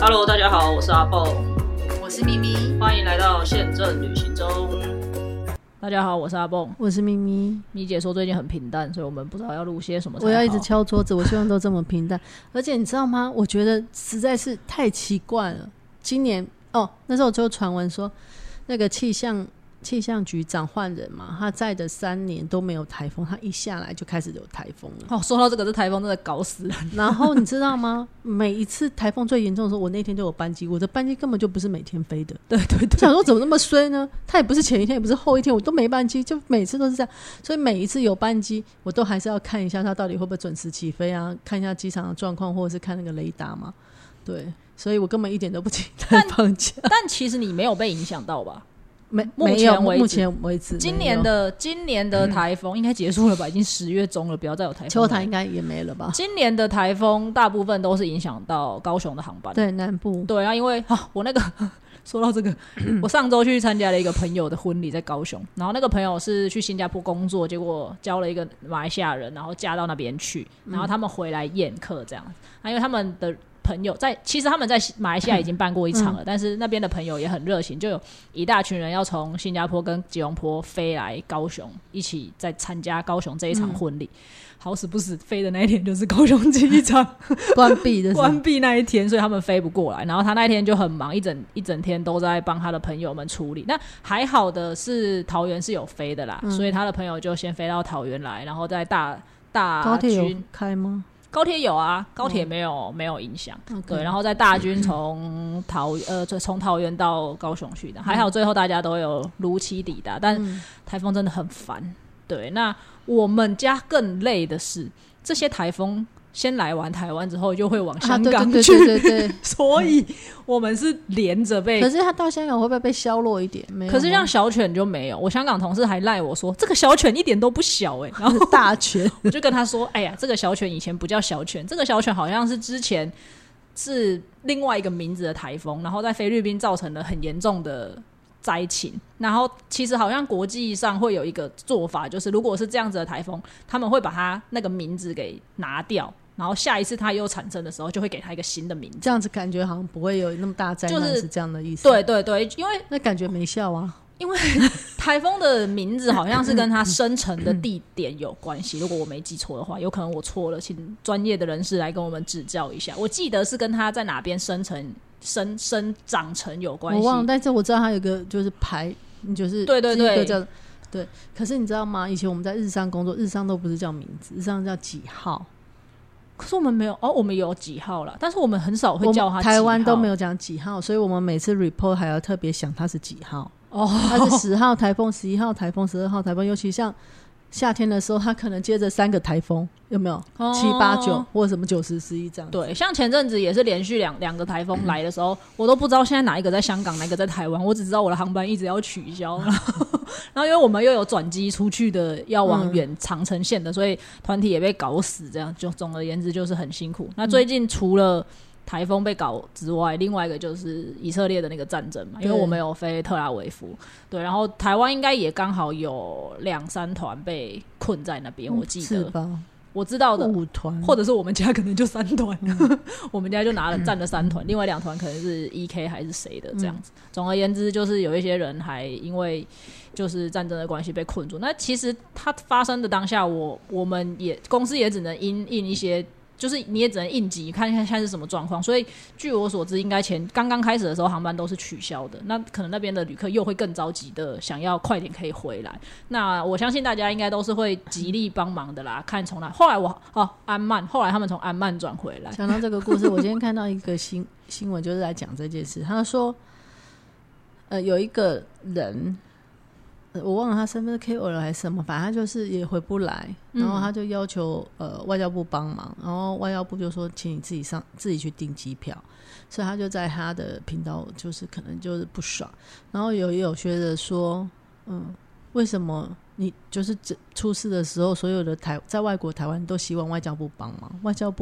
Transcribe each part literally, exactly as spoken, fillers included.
Hello， 大家好，我是阿蹦， 我是咪咪， 欢迎来到宪政旅行中。大家好，我是阿蹦， 我是咪咪。 咪姐说最近很平淡，所以我们不知道要录些什么才好。 我要一直敲桌子，我希望都这么平淡。而且你知道吗？我觉得实在是太奇怪了。今年哦，那时候就传闻说，那个气象气象局长换人嘛，他在的三年都没有台风，他一下来就开始有台风了。 哦，说到这个，这台风真的搞死人。 然后你知道吗？每一次台风最严重的时候，我那天就有班机，我的班机根本就不是每天飞的。 对对对， 想说怎么那么衰呢？他也不是前一天，也不是后一天，我都没班机，就每次都是这样。所以每一次有班机，我都还是要看一下他到底会不会准时起飞啊，看一下机场的状况，或者是看那个雷达嘛。对，所以我根本一点都不期待放假。 但, 但其实你没有被影响到吧？ 没， 目前为止， 目前为止， 今年的今年的台风应该结束了吧？已经十月中了，不要再有台风了。 秋台应该也没了吧？ 今年的台风大部分都是影响到高雄的航班， 对，南部。 对啊，因为啊，我那个说到这个，我上周去参加了一个朋友的婚礼，在高雄，然后那个朋友是去新加坡工作，结果交了一个马来西亚人，然后嫁到那边去，然后他们回来宴客这样，啊，因为他们的朋友在，其实他们在马来西亚已经办过一场了，嗯、但是那边的朋友也很热情，就有一大群人要从新加坡跟吉隆坡飞来高雄，一起在参加高雄这一场婚礼。嗯、好死不死，飞的那一天就是高雄机场关闭的关闭那一天，所以他们飞不过来。然后他那一天就很忙，一整一整天都在帮他的朋友们处理。那还好的是桃园是有飞的啦，嗯、所以他的朋友就先飞到桃园来，然后在大大高铁有开吗？ 高铁有啊，高铁没有、哦、没有影响， okay. 对，然后在大军从桃呃从桃园到高雄去的，还好最后大家都有如期抵达，但台风真的很烦，对，那我们家更累的是这些台风先来完台湾之后就会往香港去，啊、对对对对对所以我们是连着被。 可是他到香港会不会被削弱一点？没有。 可是像小犬就没有，我香港同事还赖我说这个小犬一点都不小哎、欸，然后大犬， 我就跟他说，哎呀，这个小犬以前不叫小犬，这个小犬好像是之前是另外一个名字的台风，然后在菲律宾造成了很严重的灾情，然后其实好像国际上会有一个做法，就是如果是这样子的台风，他们会把它那个名字给拿掉，然后下一次它又产生的时候就会给它一个新的名字， 这样子感觉好像不会有那么大灾难，就是这样的意思。 对对对，因为那感觉没效啊， 因为台风的名字好像是跟它生成的地点有关系，如果我没记错的话，有可能我错了，请专业的人士来跟我们指教一下。我记得是跟它在哪边生成生生长成有关系， 我忘了，但是我知道它有个就是排，就是对对对， 叫对。可是你知道吗？以前我们在日商工作，日商都不是叫名字，日商叫几号。 可是我们没有哦，我们有几号啦，但是我们很少会叫他几号， 台湾都没有讲几号，所以我们每次 report 还要特别想他是几号。哦，他是十号台风、十一号台风、十二号台风，尤其像夏天的时候，他可能接着三个台风，有没有？哦、七八九或者什么九十十一这样。 对，像前阵子也是连续两两个台风来的时候，我都不知道现在哪一个在香港，哪一个在台湾，我只知道我的航班一直要取消。然后因为我们又有转机出去的要往远长程线的，嗯、所以团体也被搞死，这样就总而言之就是很辛苦。那最近除了台风被搞之外，另外一个就是以色列的那个战争嘛，因为我们有飞特拉维夫，对，然后台湾应该也刚好有两三团被困在那边，我记得是吧？ 我知道的五团， 或者是我们家可能就三团，嗯、我们家就拿了占了三团，嗯、另外两团可能是 E K 还是谁的这样子。嗯、总而言之，就是有一些人还因为就是战争的关系被困住。那其实它发生的当下，我我们也公司也只能因应一些。就是你也只能应急看一下现在是什么状况，所以据我所知，应该前刚刚开始的时候航班都是取消的，那可能那边的旅客又会更着急的想要快点可以回来。那我相信大家应该都是会极力帮忙的啦。看从哪，后来我哦安曼，后来他们从安曼转回来。 讲到这个故事，我今天看到一个新新闻，就是来讲这件事。他说，呃，有一个人。我忘了他身份是 K O L 还是什么，反正他就是也回不来，然后他就要求呃外交部帮忙，然后外交部就说请你自己上自己去订机票，所以他就在他的频道就是可能就是不爽，然后有也有学者说，嗯，为什么你就是出事的时候，所有的台在外国台湾都希望外交部帮忙，外交部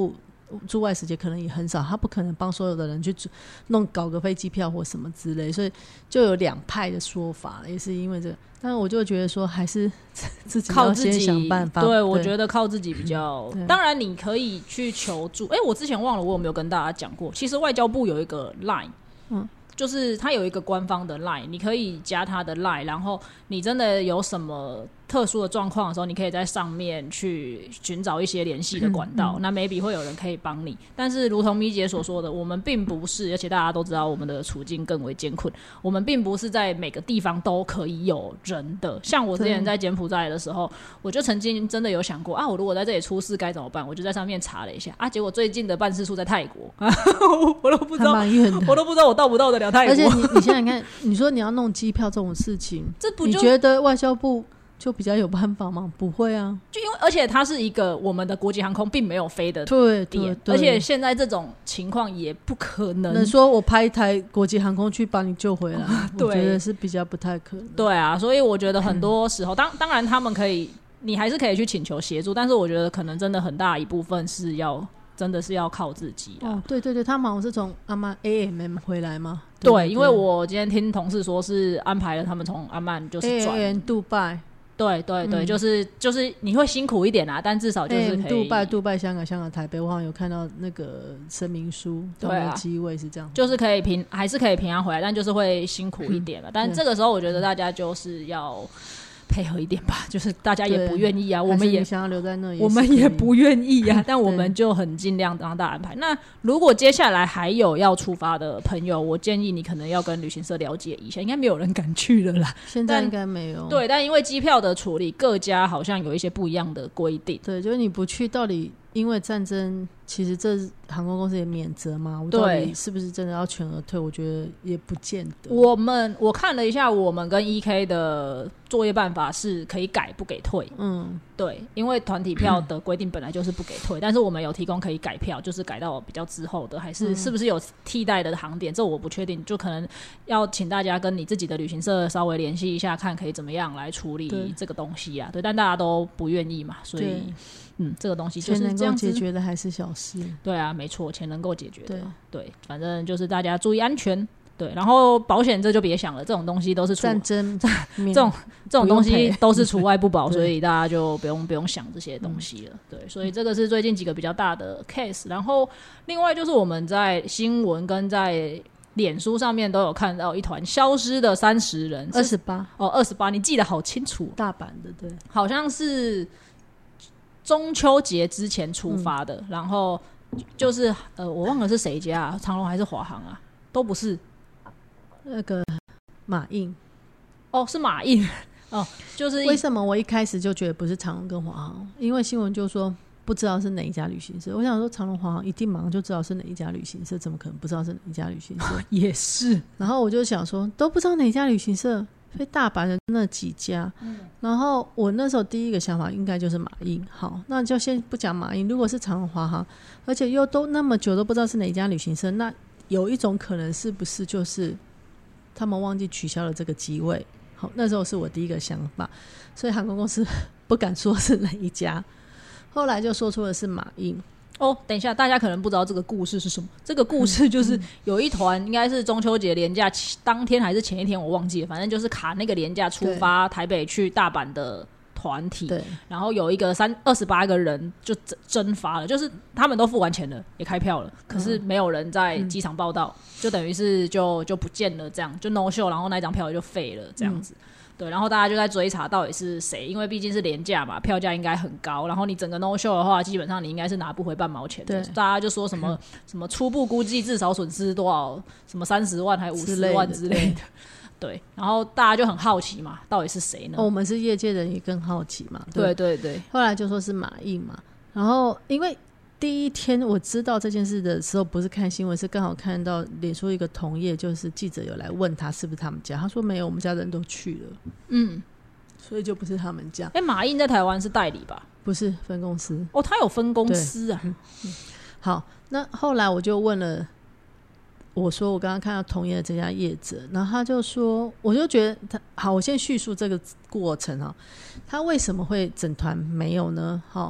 驻外使节可能也很少，他不可能帮所有的人去弄搞个飞机票或什么之类，所以就有两派的说法，也是因为这个。但是我就觉得说还是自己要先想办法。 对，对我觉得靠自己比较。当然你可以去求助。哎，我之前忘了我有没有跟大家讲过，其实外交部有一个 Line， 嗯，就是它有一个官方的 Line， 你可以加它的 Line， 然后你真的有什么特殊的状况的时候，你可以在上面去寻找一些联系的管道、嗯嗯、那 maybe 会有人可以帮你。但是如同咪姐所说的，我们并不是，而且大家都知道我们的处境更为艰困，我们并不是在每个地方都可以有人的。像我之前在柬埔寨的时候，我就曾经真的有想过啊，我如果在这里出事该怎么办，我就在上面查了一下啊，结果最近的办事处在泰国我都不知道我都不知道我到不到得了泰国。 而且你你想想看，你说你要弄机票这种事情， 这不就你觉得外交部就比较有办法吗？不会啊， 就因为而且它是一个我们的国际航空并没有飞的点， 对对对， 而且现在这种情况也不可能能说我派一台国际航空去把你救回来、哦、我觉得是比较不太可能。 对啊，所以我觉得很多时候、嗯、当, 当然他们可以，你还是可以去请求协助，但是我觉得可能真的很大一部分是要真的是要靠自己啦。 哦，对对对，他们好像是从阿曼 A M M 回来吗？ 对, 对, 对，因为我今天听同事说是安排了他们从阿曼就是转 A M M 杜拜。 对对对、嗯、就是就是你会辛苦一点啦，但至少就是可以、欸、 杜拜杜拜香港香港台北，我好像有看到那个声明书，对啊，机位是这样， 就是可以平还是可以平安回来，但就是会辛苦一点了、嗯、但这个时候我觉得大家就是要配合一点吧，就是大家也不愿意啊，我们也想要留在那里， 我们也不愿意啊但我们就很尽量让大家安排。那如果接下来还有要出发的朋友，我建议你可能要跟旅行社了解一下，应该没有人敢去了啦， 现在应该没有。 对，但因为机票的处理各家好像有一些不一样的规定。 对，就是你不去到底因为战争，其实这航空公司也免责嘛，我到底是不是真的要全额退，我觉得也不见得。 我们我看了一下我们跟 E K 的作业办法是可以改不给退，嗯，对，因为团体票的规定本来就是不给退、嗯、但是我们有提供可以改票，就是改到比较之后的，还是、嗯、是不是有替代的航点，这我不确定，就可能要请大家跟你自己的旅行社稍微联系一下，看可以怎么样来处理这个东西啊。对，但大家都不愿意嘛，所以嗯，这个东西就是这样子， 钱能够解决的还是小事。 对啊，没错，钱能够解决的。 对, 对，反正就是大家注意安全。对，然后保险这就别想了，这种东西都是战争这种这种东西都是除外不保所以大家就不用不用想这些东西了、嗯、对，所以这个是最近几个比较大的 case。 然后另外就是我们在新闻跟在脸书上面都有看到一团消失的三十人， 二十八哦，二十八，你记得好清楚。 大阪的，对， 好像是中秋节之前出发的、嗯、然后就是呃，我忘了是谁家啊，长荣还是华航啊，都不是。 那个马印， 哦，是马印哦，就是为什么我一开始就觉得不是长荣跟华航？因为新闻就说不知道是哪一家旅行社，我想说长荣华航一定马上就知道是哪一家旅行社，怎么可能不知道是哪一家旅行社？ 也是。 然后我就想说都不知道哪一家旅行社，所以大阪的那几家、嗯、然后我那时候第一个想法应该就是马印。好，那就先不讲马印，如果是长荣华航，而且又都那么久都不知道是哪一家旅行社，那有一种可能是不是就是他们忘记取消了这个机位？好，那时候是我第一个想法，所以航空公司不敢说是哪一家，后来就说出的是马印。 哦，等一下，大家可能不知道这个故事是什么。这个故事就是有一团应该是中秋节连假当天还是前一天我忘记了，反正就是卡那个连假出发台北去大阪的团体，对，然后有一个三二十八个人就蒸发了，就是他们都付完钱了，也开票了，可是没有人在机场报到、嗯，就等于是就就不见了，这样就 no show， 然后那张票就废了，这样子。嗯，对，然后大家就在追查到底是谁，因为毕竟是廉价嘛，票价应该很高，然后你整个 no show 的话，基本上你应该是拿不回半毛钱的。大家就说什么、嗯、什么初步估计至少损失多少，什么三十万还五十万之类的。对，然后大家就很好奇嘛，到底是谁呢、 哦？我们是业界人也更好奇嘛。 对对 对, 对， 后来就说是马印嘛，然后因为第一天我知道这件事的时候，不是看新闻，是刚好看到脸书一个同业，就是记者有来问他是不是他们家，他说没有，我们家人都去了。嗯，所以就不是他们家。 哎，马印在台湾是代理吧？ 不是，分公司。 哦，他有分公司啊。 嗯嗯、好，那后来我就问了，我说我刚刚看到同业的这家业者，然后他就说，我就觉得他好，我先叙述这个过程哈，他为什么会整团没有呢？哈。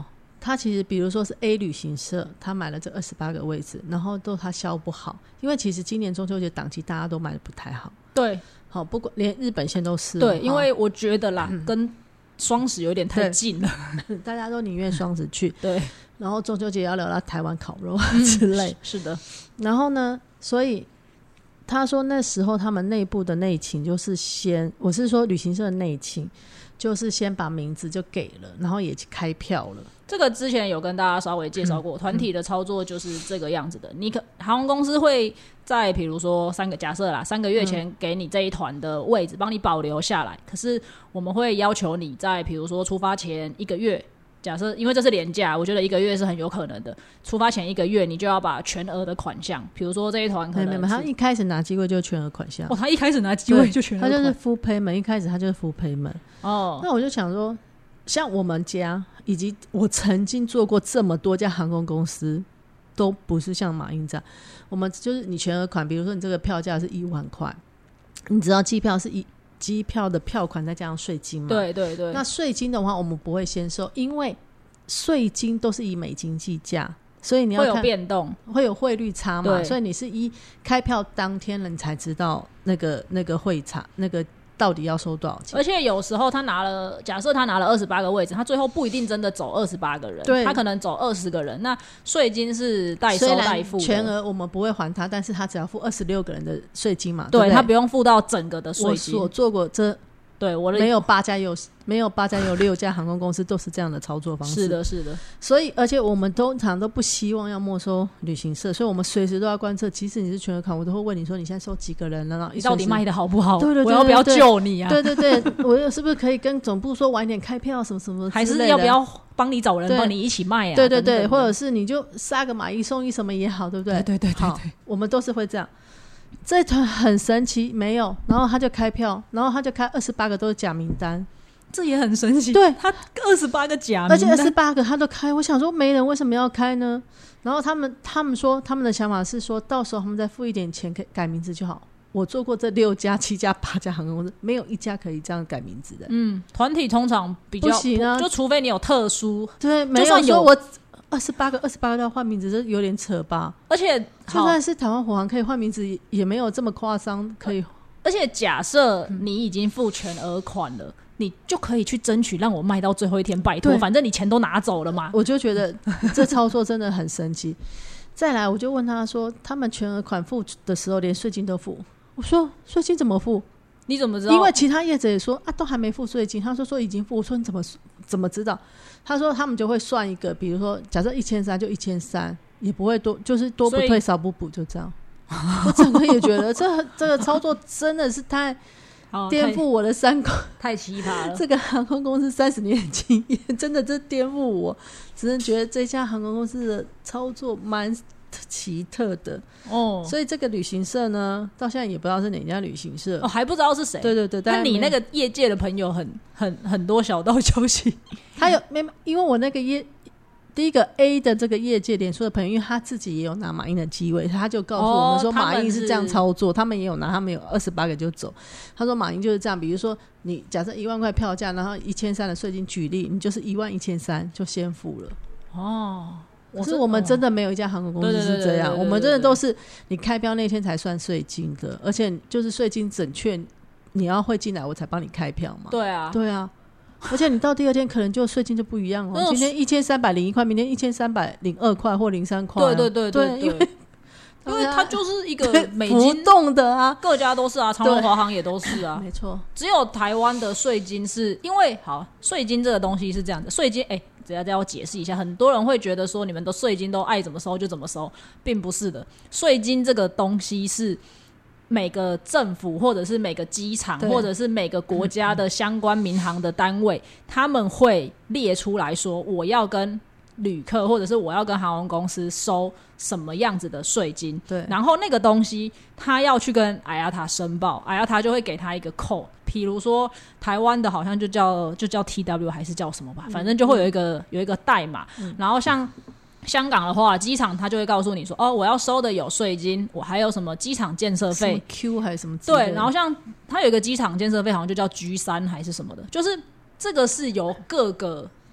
他其实比如说是 A 旅行社，他买了这二十八个位置，然后都他销不好，因为其实今年中秋节档期大家都卖的不太好。 对， 好，不管连日本线都是。 对，因为我觉得啦，嗯、跟双十有点太近了， 大家都宁愿双十去。 对， 然后中秋节要聊到台湾烤肉之类、嗯。 是的， 然后呢，所以他说那时候他们内部的内勤就是先，我是说旅行社的内勤。就是先把名字就给了，然后也开票了。 这个之前有跟大家稍微介绍过，团、嗯、体的操作就是这个样子的。你可航空公司会在比如说三个假设啦，三个月前给你这一团的位置，帮你保留下来。可是我们会要求你在比如说出发前一个月。假设因为这是连假，我觉得一个月是很有可能的。出发前一个月，你就要把全额的款项，比如说这一团可能是， 没有，他一开始拿机会就全额款项。 哦，他一开始拿机会就全额款， 他就是 full payment， 一开始他就是 full payment。 哦， 那我就想说，像我们家以及我曾经做过这么多家航空公司，都不是像马英这样。我们就是你全额款，比如说你这个票价是一万块，你知道机票是一。机票的票款再加上税金嘛？ 对对对。 那税金的话，我们不会先收，因为税金都是以美金计价，所以你要看会有变动， 会有汇率差嘛？所以你是一开票当天了，你才知道那个那个汇差那个到底要收多少钱。 而且有时候他拿了，假设他拿了二十八个位置，他最后不一定真的走二十八个人，对，他可能走二十个人，那税金是代收代付的， 全额我们不会还他，但是他只要付二十六个人的税金嘛， 对， 对， 他不用付到整个的税金。 我所做过这， 对我的没有八家有没有八家有六家航空公司都是这样的操作方式。 是的，是的。 所以，而且我们通常都不希望要没收旅行社，所以我们随时都要观测。即使你是全额款，我都会问你说你现在收几个人了， 你到底卖的好不好？ 对对对， 我要不要救你啊？ 对对对，我是不是可以跟总部说晚一点开票什么什么之类的？ 还是要不要帮你找人帮你一起卖啊？ 对对对，或者是你就杀个买一送一什么也好，对不对？ 对对对对对， 我们都是会这样。这团很神奇，没有，然后他就开票，然后他就开二十八个都是假名单， 这也很神奇。 对， 他二十八个假名单， 而且二十八个他都开。我想说，没人为什么要开呢？然后他们他们说，他们的想法是说，到时候他们再付一点钱，可以改名字就好。我做过这六家、七家、八家航空公司，没有一家可以这样改名字的。 嗯，团体通常比较不行啊， 就除非你有特殊， 对，没有说我。二十八个二十八个要换名字，这有点扯吧？ 而且就算是台湾虎航可以换名字，也没有这么夸张。可以， 而且假设你已经付全额款了，你就可以去争取让我卖到最后一天，拜托，反正你钱都拿走了嘛。 我就觉得这操作真的很神奇。再来，我就问他说，他们全额款付的时候连税金都付，我说税金怎么付？ 你怎么知道？ 因为其他业者也说啊，都还没付税金。他说说已经付，我说你怎么怎么知道？他说他们就会算一个，比如说假设一千三就一千三，也不会多，就是多不退少不补，就这样。我整个也觉得这这个操作真的是太颠覆我的三观， 太奇葩了。 这个航空公司三十年的经验，真的这颠覆我，只能觉得这家航空公司的操作蛮奇特的哦，所以这个旅行社呢，到现在也不知道是哪家旅行社哦，还不知道是谁。 对对对， 但你那个业界的朋友很很很多小道消息， 他有没？因为我那个业第一个 A 的这个业界脸书的朋友，因为他自己也有拿马英的机位，他就告诉我们说，马英是这样操作，哦、他, 他们也有拿，他们有二十八个就走。他说马英就是这样，比如说你假设一万块票价，然后一千三的税金，举例，你就是一万一千三就先付了哦。可是我们真的没有一家航空公司是这样，我们真的都是你开标那天才算税金的，而且就是税金准确你要汇进来我才帮你开票嘛。 对啊， 对啊，而且你到第二天可能就税金就不一样哦，今天一千三百零一块，明天一千三百零二块或零三块。 对对对对对, 对，因为因为它就是一个美金浮动的啊， 各家都是啊，长荣华航也都是啊， 没错。 只有台湾的税金是因为好，税金这个东西是这样的，税金哎。只要再要解释一下，很多人会觉得说你们的税金都爱怎么收就怎么收，并不是的。税金这个东西是每个政府或者是每个机场或者是每个国家的相关民航的单位，他们会列出来说我要跟旅客或者是我要跟航空公司收什么样子的税金， 对， 然后那个东西他要去跟 I A T A 申报， I A T A 就会给他一个扣，比如说台湾的好像就叫就叫 T W 还是叫什么吧，反正就会有一个、嗯、有一个代码、嗯、然后像香港的话机场他就会告诉你说哦，我要收的有税金，我还有什么机场建设费，什么 Q 还是什么之类的， 对，然后像他有一个机场建设费好像就叫 G 三还是什么的，就是这个是由各个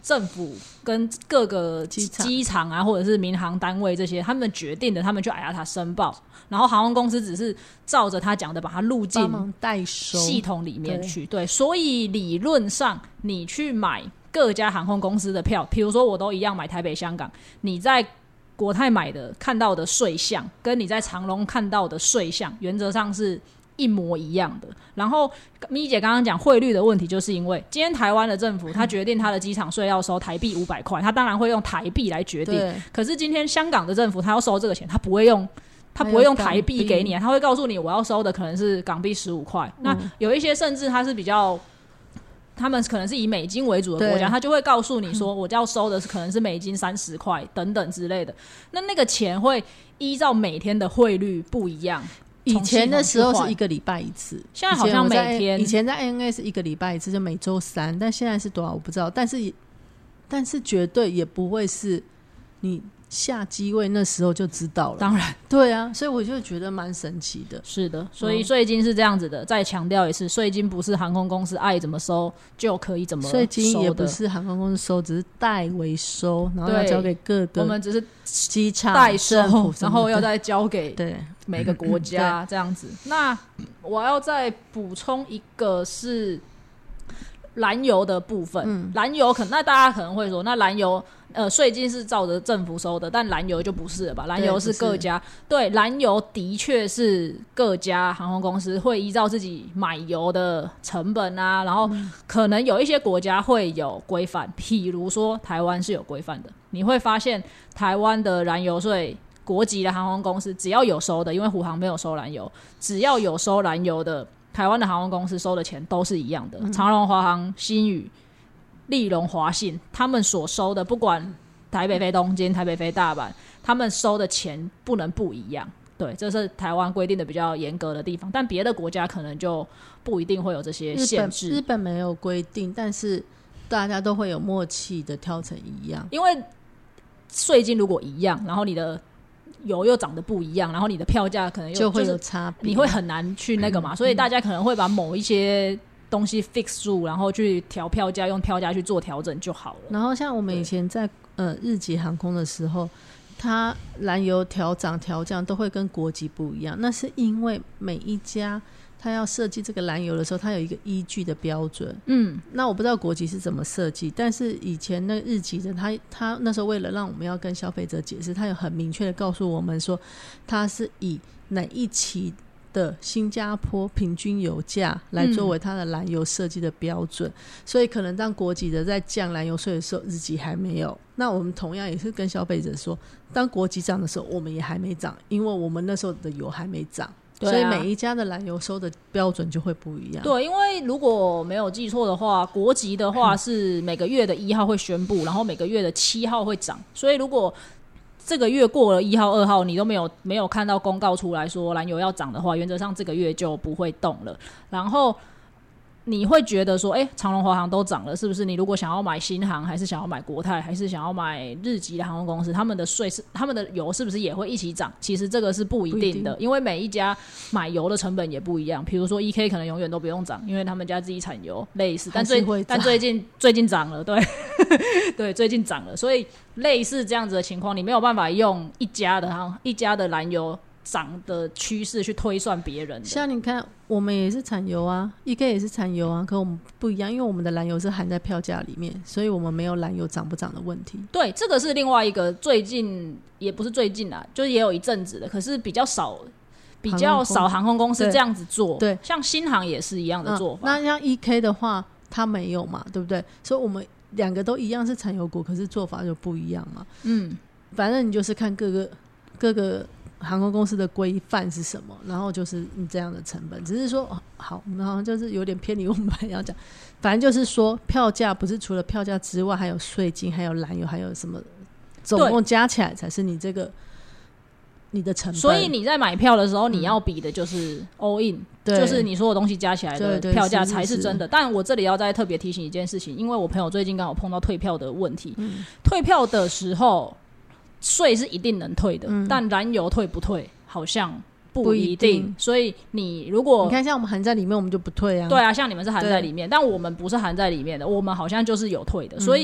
政府跟各个机场啊或者是民航单位这些他们决定的，他们去 I A T A 申报，然后航空公司只是照着他讲的把它录进系统里面去。 对, 对，所以理论上你去买各家航空公司的票，比如说我都一样买台北香港，你在国泰买的看到的税项跟你在长荣看到的税项原则上是一模一样的。然后咪姐刚刚讲汇率的问题，就是因为今天台湾的政府他决定他的机场税要收台币五百块，他当然会用台币来决定，可是今天香港的政府他要收这个钱，他不会用他不会用台币给你，他会告诉你我要收的可能是港币十五块。那有一些甚至他是比较他们可能是以美金为主的国家，他就会告诉你说我要收的是可能是美金三十块等等之类的。那那个钱会依照每天的汇率不一样。 以前的时候是一个礼拜一次， 现在好像每天。 以前在 A N A 是一个礼拜一次，就每周三，但现在是多少我不知道。但是但是绝对也不会是你下机位那时候就知道了。 当然， 对啊，所以我就觉得蛮神奇的。 是的，所以税金是这样子的。嗯、再强调一次，税金不是航空公司爱怎么收就可以怎么收的。 税金也不是航空公司收，只是代为收，然后要交给各个。 我们只是机场代收，然后要再交给对每个国家这样子。那我要再补充一个是燃油的部分。嗯、燃油可那大家可能会说，那燃油。呃，税金是照着政府收的，但燃油就不是了吧？燃油是各家，对，燃油的确是各家航空公司会依照自己买油的成本啊，然后可能有一些国家会有规范，譬如说台湾是有规范的。你会发现台湾的燃油税，国籍的航空公司只要有收的，因为虎航没有收燃油，只要有收燃油的，台湾的航空公司收的钱都是一样的。长荣、华航、新宇、立荣、华信他们所收的，不管台北飞东京、台北飞大阪，他们收的钱不能不一样。对，这是台湾规定的比较严格的地方，但别的国家可能就不一定会有这些限制。 日本, 日本没有规定，但是大家都会有默契的挑成一样。 因为税金如果一样，然后你的油又长得不一样，然后你的票价可能又、 就会有差别， 你会很难去那个嘛、嗯、所以大家可能会把某一些东西 fix 住，然后去调票价，用票价去做调整就好了。 然后像我们以前在呃日籍航空的时候，它燃油调涨调降都会跟国籍不一样，那是因为每一家它要设计这个燃油的时候，它有一个依据的标准。嗯，那我不知道国籍是怎么设计，但是以前那个日籍的，他他那时候为了让我们要跟消费者解释，他有很明确的告诉我们说，他是以哪一期的新加坡平均油价来作为它的燃油设计的标准、嗯、所以可能当国籍的在降燃油税的时候，日籍还没有。那我们同样也是跟消费者说，当国籍涨的时候我们也还没涨，因为我们那时候的油还没涨、啊、所以每一家的燃油收的标准就会不一样。 对，因为如果没有记错的话，国籍的话是每个月的一号会宣布、嗯、然后每个月的七号会涨，所以如果这个月过了一号二号你都没有没有看到公告出来说燃油要涨的话，原则上这个月就不会动了。然后你会觉得说哎，长荣华航都涨了，是不是你如果想要买新航还是想要买国泰还是想要买日籍的航空公司，他们的税是他们的油是不是也会一起涨？其实这个是不一定的，因为每一家买油的成本也不一样。比如说 E K 可能永远都不用涨，因为他们家自己产油类似，但最但最近最近涨了，对对，最近涨了，所以类似这样子的情况，你没有办法用一家的一家的燃油涨的趋势去推算别人的。 像你看我们也是产油啊， E K 也是产油啊，可我们不一样，因为我们的燃油是含在票价里面，所以我们没有燃油涨不涨的问题。 对，这个是另外一个最近也不是最近啦，就是也有一阵子的，可是比较少比较少航空公司这样子做。 对, 对，像新航也是一样的做法、嗯、 那像 E K 的话它没有嘛，对不对？所以我们两个都一样是产油国，可是做法就不一样嘛。嗯，反正你就是看各个各个航空公司的规范是什么，然后就是你这样的成本。只是说、哦、好，我们好像就是有点偏离我们本来要讲，反正就是说票价不是除了票价之外还有税金还有燃油还有什么，总共加起来才是你这个你的成本。 所以你在买票的时候你要比的就是 all in、嗯、就是你所有东西加起来的票价才是真的。但我这里要再特别提醒一件事情，因为我朋友最近刚好碰到退票的问题、嗯、退票的时候税是一定能退的、嗯、但燃油退不退好像不一定, 不一定。所以你如果你看像我们含在里面我们就不退啊。 对啊，像你们是含在里面，但我们不是含在里面的，我们好像就是有退的、嗯、所以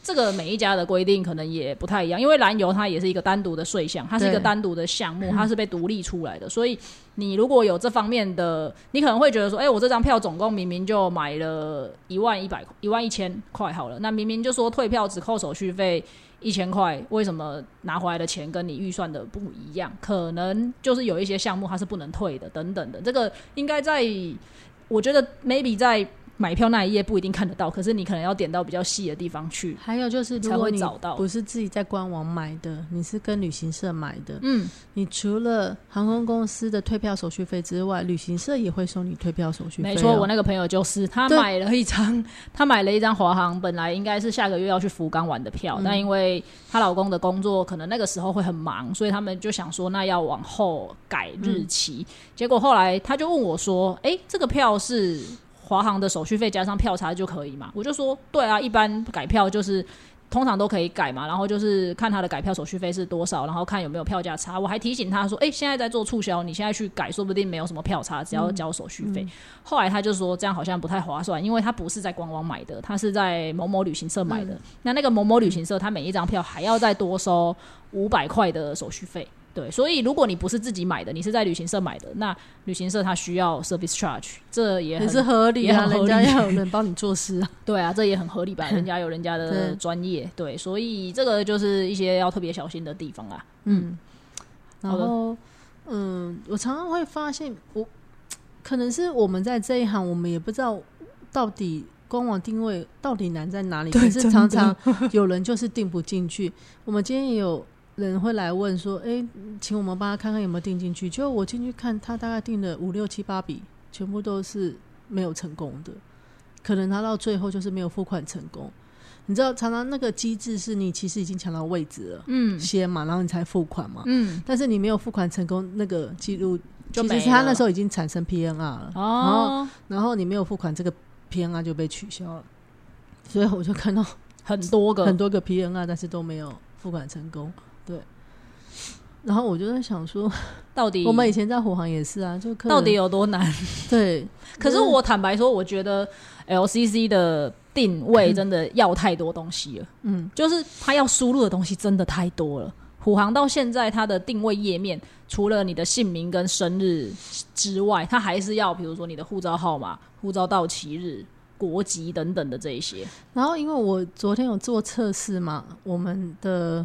这个每一家的规定可能也不太一样，因为燃油它也是一个单独的税项，它是一个单独的项目，它是被独立出来的，所以你如果有这方面的，你可能会觉得说，哎、欸，我这张票总共明明就买了一万一百一万一千块好了，那明明就说退票只扣手续费一千块，为什么拿回来的钱跟你预算的不一样？可能就是有一些项目它是不能退的，等等的。这个应该在，我觉得 maybe 在买票那一页不一定看得到，可是你可能要点到比较细的地方去。 还有就是，如果你不是自己在官网买的，你是跟旅行社买的，嗯，你除了航空公司的退票手续费之外，旅行社也会收你退票手续费、哦。 没错，我那个朋友就是他买了一张，他买了一张华航，本来应该是下个月要去福冈玩的票，嗯、但因为她老公的工作可能那个时候会很忙，所以他们就想说那要往后改日期。嗯、结果后来他就问我说：“哎，这个票是？”华航的手续费加上票差就可以嘛？我就说对啊，一般改票就是通常都可以改嘛，然后就是看他的改票手续费是多少，然后看有没有票价差。我还提醒他说，哎、欸，现在在做促销，你现在去改说不定没有什么票差，只要交手续费、嗯嗯。后来他就说这样好像不太划算，因为他不是在官网买的，他是在某某旅行社买的、嗯、那那个某某旅行社他每一张票还要再多收五百块的手续费。对，所以如果你不是自己买的，你是在旅行社买的，那旅行社它需要 service charge， 这也很也是合理啊， 也很合理， 人家要有人帮你做事啊。 对啊，这也很合理吧？人家有人家的专业，对，所以这个就是一些要特别小心的地方啊。嗯， 然后嗯，我常常会发现，我可能是我们在这一行，我们也不知道到底官网定位到底难在哪里，可是常常有人就是订不进去。我们今天也有人会来问说，哎，请我们帮他看看有没有订进去。结果我进去看，他大概订了五六七八笔，全部都是没有成功的，可能他到最后就是没有付款成功。你知道常常那个机制是你其实已经抢到位置了，嗯，先嘛，然后你才付款嘛，嗯，但是你没有付款成功，那个记录就没了，其实他那时候已经产生 P N R 了，哦，然后然后你没有付款，这个 P N R 就被取消了，所以我就看到很多个很多个 P N R， 但是都没有付款成功。对，然后我就在想说， 到底我们以前在虎航也是啊，就客人到底有多难？ 对， 可是我坦白说，我觉得 L C C 的定位真的要太多东西了，嗯，就是它要输入的东西真的太多了。虎航到现在它的定位页面，除了你的姓名跟生日之外，它还是要比如说你的护照号码、护照到期日、国籍等等的这一些。 然后因为我昨天有做测试嘛，我们的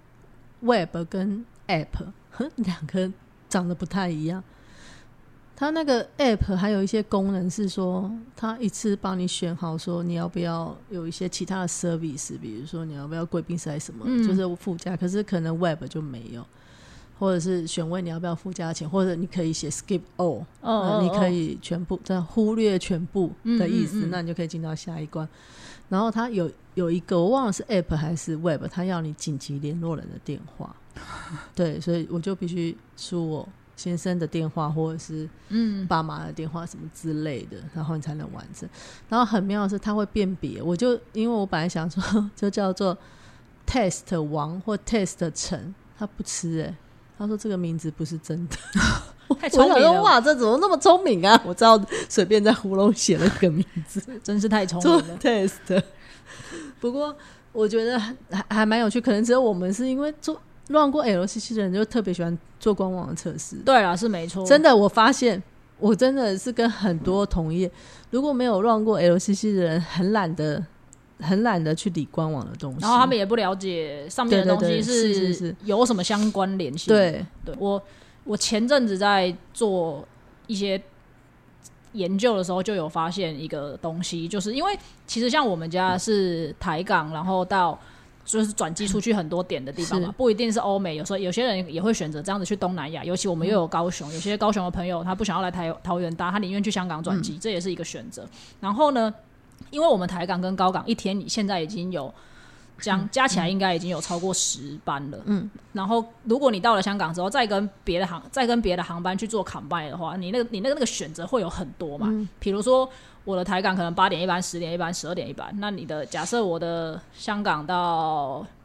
Web 跟 App 两个长得不太一样，它那个 App 还有一些功能是说它一次帮你选好说你要不要有一些其他的 service， 比如说你要不要贵宾室还是什么、嗯、就是附加，可是可能 Web 就没有，或者是选问你要不要附加钱，或者你可以写 skip all、哦呃、你可以全部忽略全部的意思、嗯嗯嗯、那你就可以进到下一关。然后它有有一个我忘了是 App 还是 Web， 它要你紧急联络人的电话对，所以我就必须输我先生的电话或者是爸妈的电话什么之类的、嗯、然后你才能完成。然后很妙的是它会辨别，我就因为我本来想说就叫做 test 王或 test 陈，他不吃欸，他说这个名字不是真的太聪明了， 哇，这怎么那么聪明啊！我知道随便在胡龙写了个名字真是太聪明了。 做 test 不过我觉得还还蛮有趣，可能只有我们是因为做乱过 L C C 的人就特别喜欢做官网的测试。 对啦，是没错， 真的我发现我真的是跟很多同业如果没有乱过 L C C 的人很懒得很懒得去理官网的东西， 然后他们也不了解上面的东西是有什么相关联性。 对对，我我前阵子在做一些研究的时候就有发现一个东西，就是因为其实像我们家是台港然后到就是转机出去很多点的地方嘛，不一定是欧美，有时候有些人也会选择这样子去东南亚，尤其我们又有高雄、嗯、有些高雄的朋友他不想要来台桃园搭，他宁愿去香港转机、嗯、这也是一个选择。然后呢，因为我们台港跟高港一天现在已经有加加起来应该已经有超过十班了，嗯，然后如果你到了香港之后再跟别的航再跟别的航班去做 combine 的话，你那个你那个那个选择会有很多嘛，嗯，比如说我的台港可能八点一班、十点一班、十二点一班，那你的假设我的香港到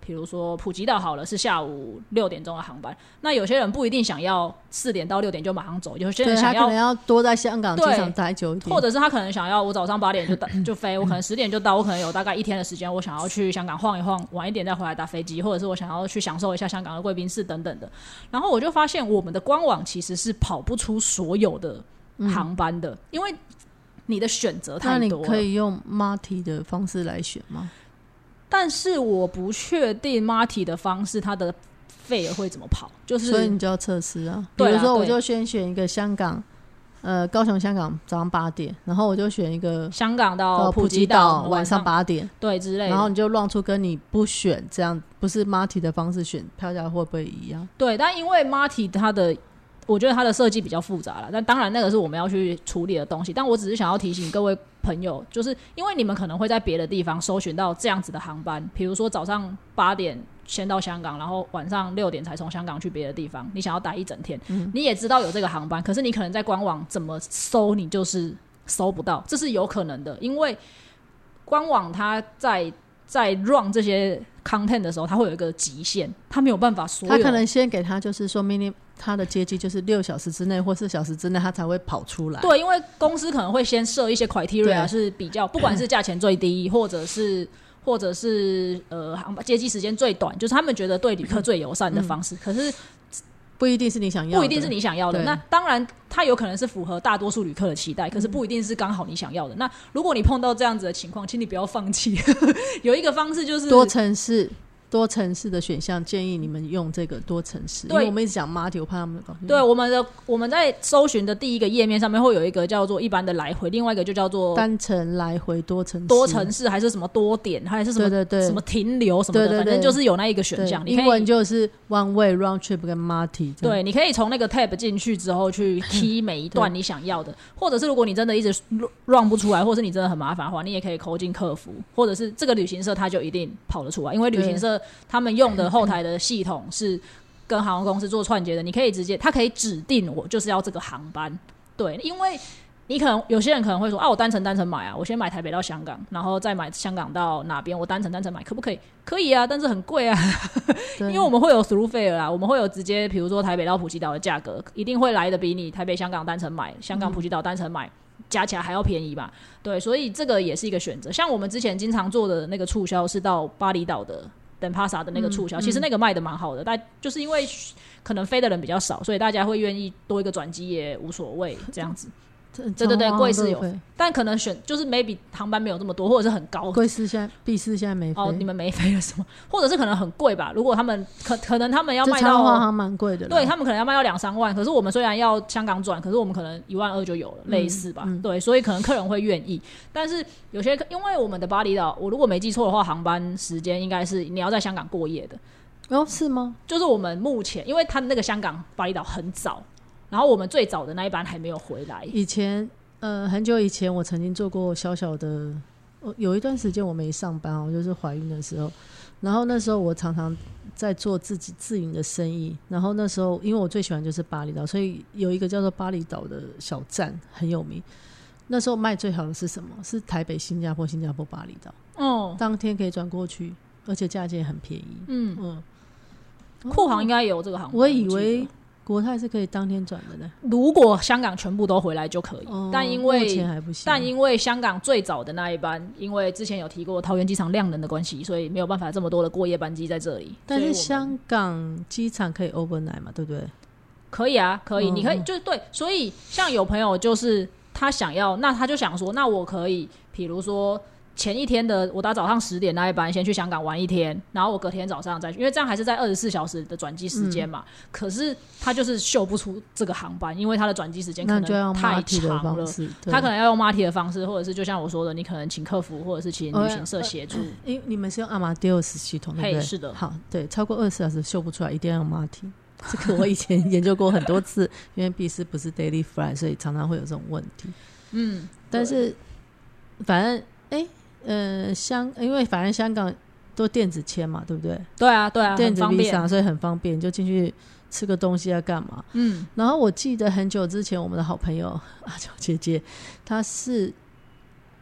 比如说普吉岛好了是下午六点钟的航班，那有些人不一定想要四点到六点就马上走，有些人想要对他可能要多在香港机场待久一点， 或者是他可能想要我早上八点就就飞，我可能十点就到，我可能有大概一天的时间，我想要去香港晃一晃，晚一点再回来搭飞机，或者是我想要去享受一下香港的贵宾室等等的。然后我就发现我们的官网其实是跑不出所有的航班的，嗯、因为你的选择太多了。那你可以用 Marty 的方式来选吗？ 但是我不确定 Marty 的方式它的费会怎么跑，就是所以你就要测试啊。比如说我就先选一个香港呃高雄香港早上八点，然后我就选一个香港到普吉岛晚上八点， 对之类的， 然后你就乱出跟你不选这样不是 Marty 的方式选票价会不会一样？ 对，但因为 Marty 它的我觉得它的设计比较复杂啦，但当然那个是我们要去处理的东西，但我只是想要提醒各位朋友，就是因为你们可能会在别的地方搜寻到这样子的航班，比如说早上八点先到香港，然后晚上六点才从香港去别的地方，你想要待一整天、嗯、你也知道有这个航班，可是你可能在官网怎么搜你就是搜不到，这是有可能的，因为官网它在在 run 这些 content 的时候它会有一个极限，它没有办法所有， 它可能先给它就是说明你它的接机就是六小时之内或四小时之内它才会跑出来， 对，因为公司可能会先设一些 criteria 是比较不管是价钱最低或者是或者是呃接机时间最短，就是他们觉得对旅客最友善的方式、嗯、可是不一定是你想要的， 不一定是你想要的。那当然它有可能是符合大多数旅客的期待，可是不一定是刚好你想要的、嗯、那如果你碰到这样子的情况，请你不要放弃有一个方式就是多城市多城市的选项，建议你们用这个多城市，因为我们一直讲 Marty 我怕他们搞对我们的我们在搜寻的第一个页面上面会有一个叫做一般的来回，另外一个就叫做单程来回多城市多城市还是什么多点还是什么对对对什么停留什么的，对对对，反正就是有那一个选项， 英文就是 one way round trip 跟 Marty， 对，你可以从那个 tab 进去之后去 key 每一段你想要的或者是如果你真的一直 run 不出来，或者是你真的很麻烦的话，你也可以call进客服，或者是这个旅行社它就一定跑得出来，因为旅行社他们用的后台的系统是跟航空公司做串接的，你可以直接，他可以指定我就是要这个航班。对，因为你可能有些人可能会说啊，我单程单程买啊，我先买台北到香港，然后再买香港到哪边，我单程单程买可不可以？可以啊，但是很贵啊因为我们会有 through fare 啦，我们会有直接比如说台北到普吉岛的价格一定会来的比你台北香港单程买香港普吉岛单程买、嗯、加起来还要便宜吧。对，所以这个也是一个选择。像我们之前经常做的那个促销是到巴厘岛的等帕萨的那个促销、嗯、其实那个卖的蛮好的，但就是因为可能飞的人比较少，所以大家会愿意多一个转机也无所谓这样子对对对，贵是有，但可能选就是 maybe 航班没有这么多，或者是很高。 贵司现在 B 司现在没飞哦，你们没飞了什么？或者是可能很贵吧？如果他们可可能他们要卖到长华航蛮贵的， 对他们可能要卖到两三万，可是我们虽然要香港转，可是我们可能一万二就有了，嗯、类似吧、嗯？对，所以可能客人会愿意。但是有些因为我们的巴厘岛，我如果没记错的话，航班时间应该是你要在香港过夜的。 哦，是吗？ 就是我们目前，因为他那个香港巴厘岛很早，然后我们最早的那一班还没有回来。 以前。呃，很久以前我曾经做过小小的，有一段时间我没上班，我就是怀孕的时候，然后那时候我常常在做自己自营的生意，然后那时候因为我最喜欢就是巴厘岛，所以有一个叫做巴厘岛的小站很有名。那时候卖最好的是什么？是台北、新加坡、新加坡、巴厘岛。哦，当天可以转过去，而且价钱很便宜。嗯嗯，酷航应该也有这个航班。 我以为国泰是可以当天转的呢， 如果香港全部都回来就可以、哦、但因为目前还不行， 但因为香港最早的那一班，因为之前有提过桃园机场量能的关系，所以没有办法这么多的过夜班机在这里。 但是香港机场可以 overnight 嘛，对不对？ 可以啊，可以、哦、你可以就是对，所以像有朋友就是他想要，那他就想说，那我可以比如说前一天的我打早上十点那一班先去香港玩一天，然后我隔天早上再去，因为这样还是在二十四小时的转机时间嘛、嗯、可是他就是秀不出这个航班，因为他的转机时间可能太长了，他可能要用 Marty 的方式，或者是就像我说的，你可能请客服或者是请旅行社协助、呃呃、你们是用 Amadeus 系统对不对？ 是的。 好，对，超过二十四小时秀不出来一定要用 Marty， 这个我以前研究过很多次因为 B 司不是 Daily Fly， 所以常常会有这种问题。嗯，但是反正哎呃，香，因为反正香港都电子签嘛，对不对？ 对啊，对啊， 电子 Visa， 所以很方便，就进去吃个东西要干嘛？嗯。然后我记得很久之前，我们的好朋友阿娇姐姐，她是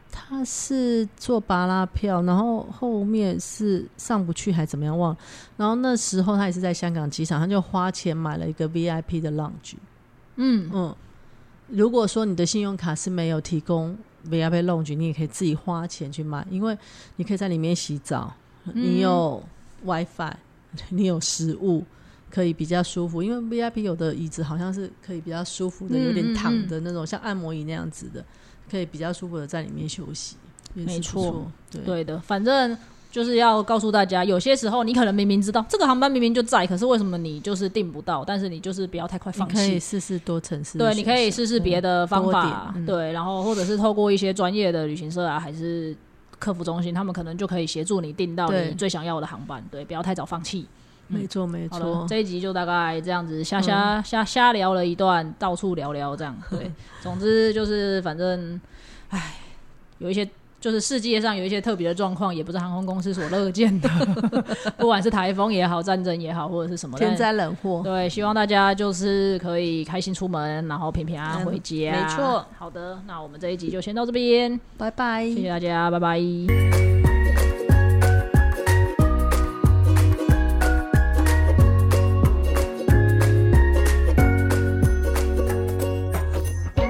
他是坐巴拉票，然后后面是上不去还怎么样忘了，然后那时候他也是在香港机场，他就花钱买了一个 V I P 的 lounge。 嗯嗯，如果说你的信用卡是没有提供 V I P lounge， 你也可以自己花钱去买，因为你可以在里面洗澡，你有 WiFi， 你有食物，可以比较舒服，因为 V I P 有的椅子好像是可以比较舒服的，有点躺的那种，像按摩椅那样子的，可以比较舒服的在里面休息。 没错， 对, 对的，反正就是要告诉大家，有些时候你可能明明知道这个航班明明就在，可是为什么你就是订不到？但是你就是不要太快放弃， 你可以试试多层次， 对，你可以试试别的方法， 嗯、 对，然后或者是透过一些专业的旅行社啊，还是客服中心，他们可能就可以协助你订到你最想要的航班，对，不要太早放弃。 没错没错， 这一集就大概这样子瞎瞎、嗯、瞎瞎聊了一段，到处聊聊这样。对，总之就是反正，唉，有一些就是世界上有一些特别的状况，也不是航空公司所乐见的，不管是台风也好，战争也好，或者是什么天灾人祸。 对，希望大家就是可以开心出门，然后平平安安回家。 嗯、没错。 好的，那我们这一集就先到这边， 拜拜， 谢谢大家，拜拜。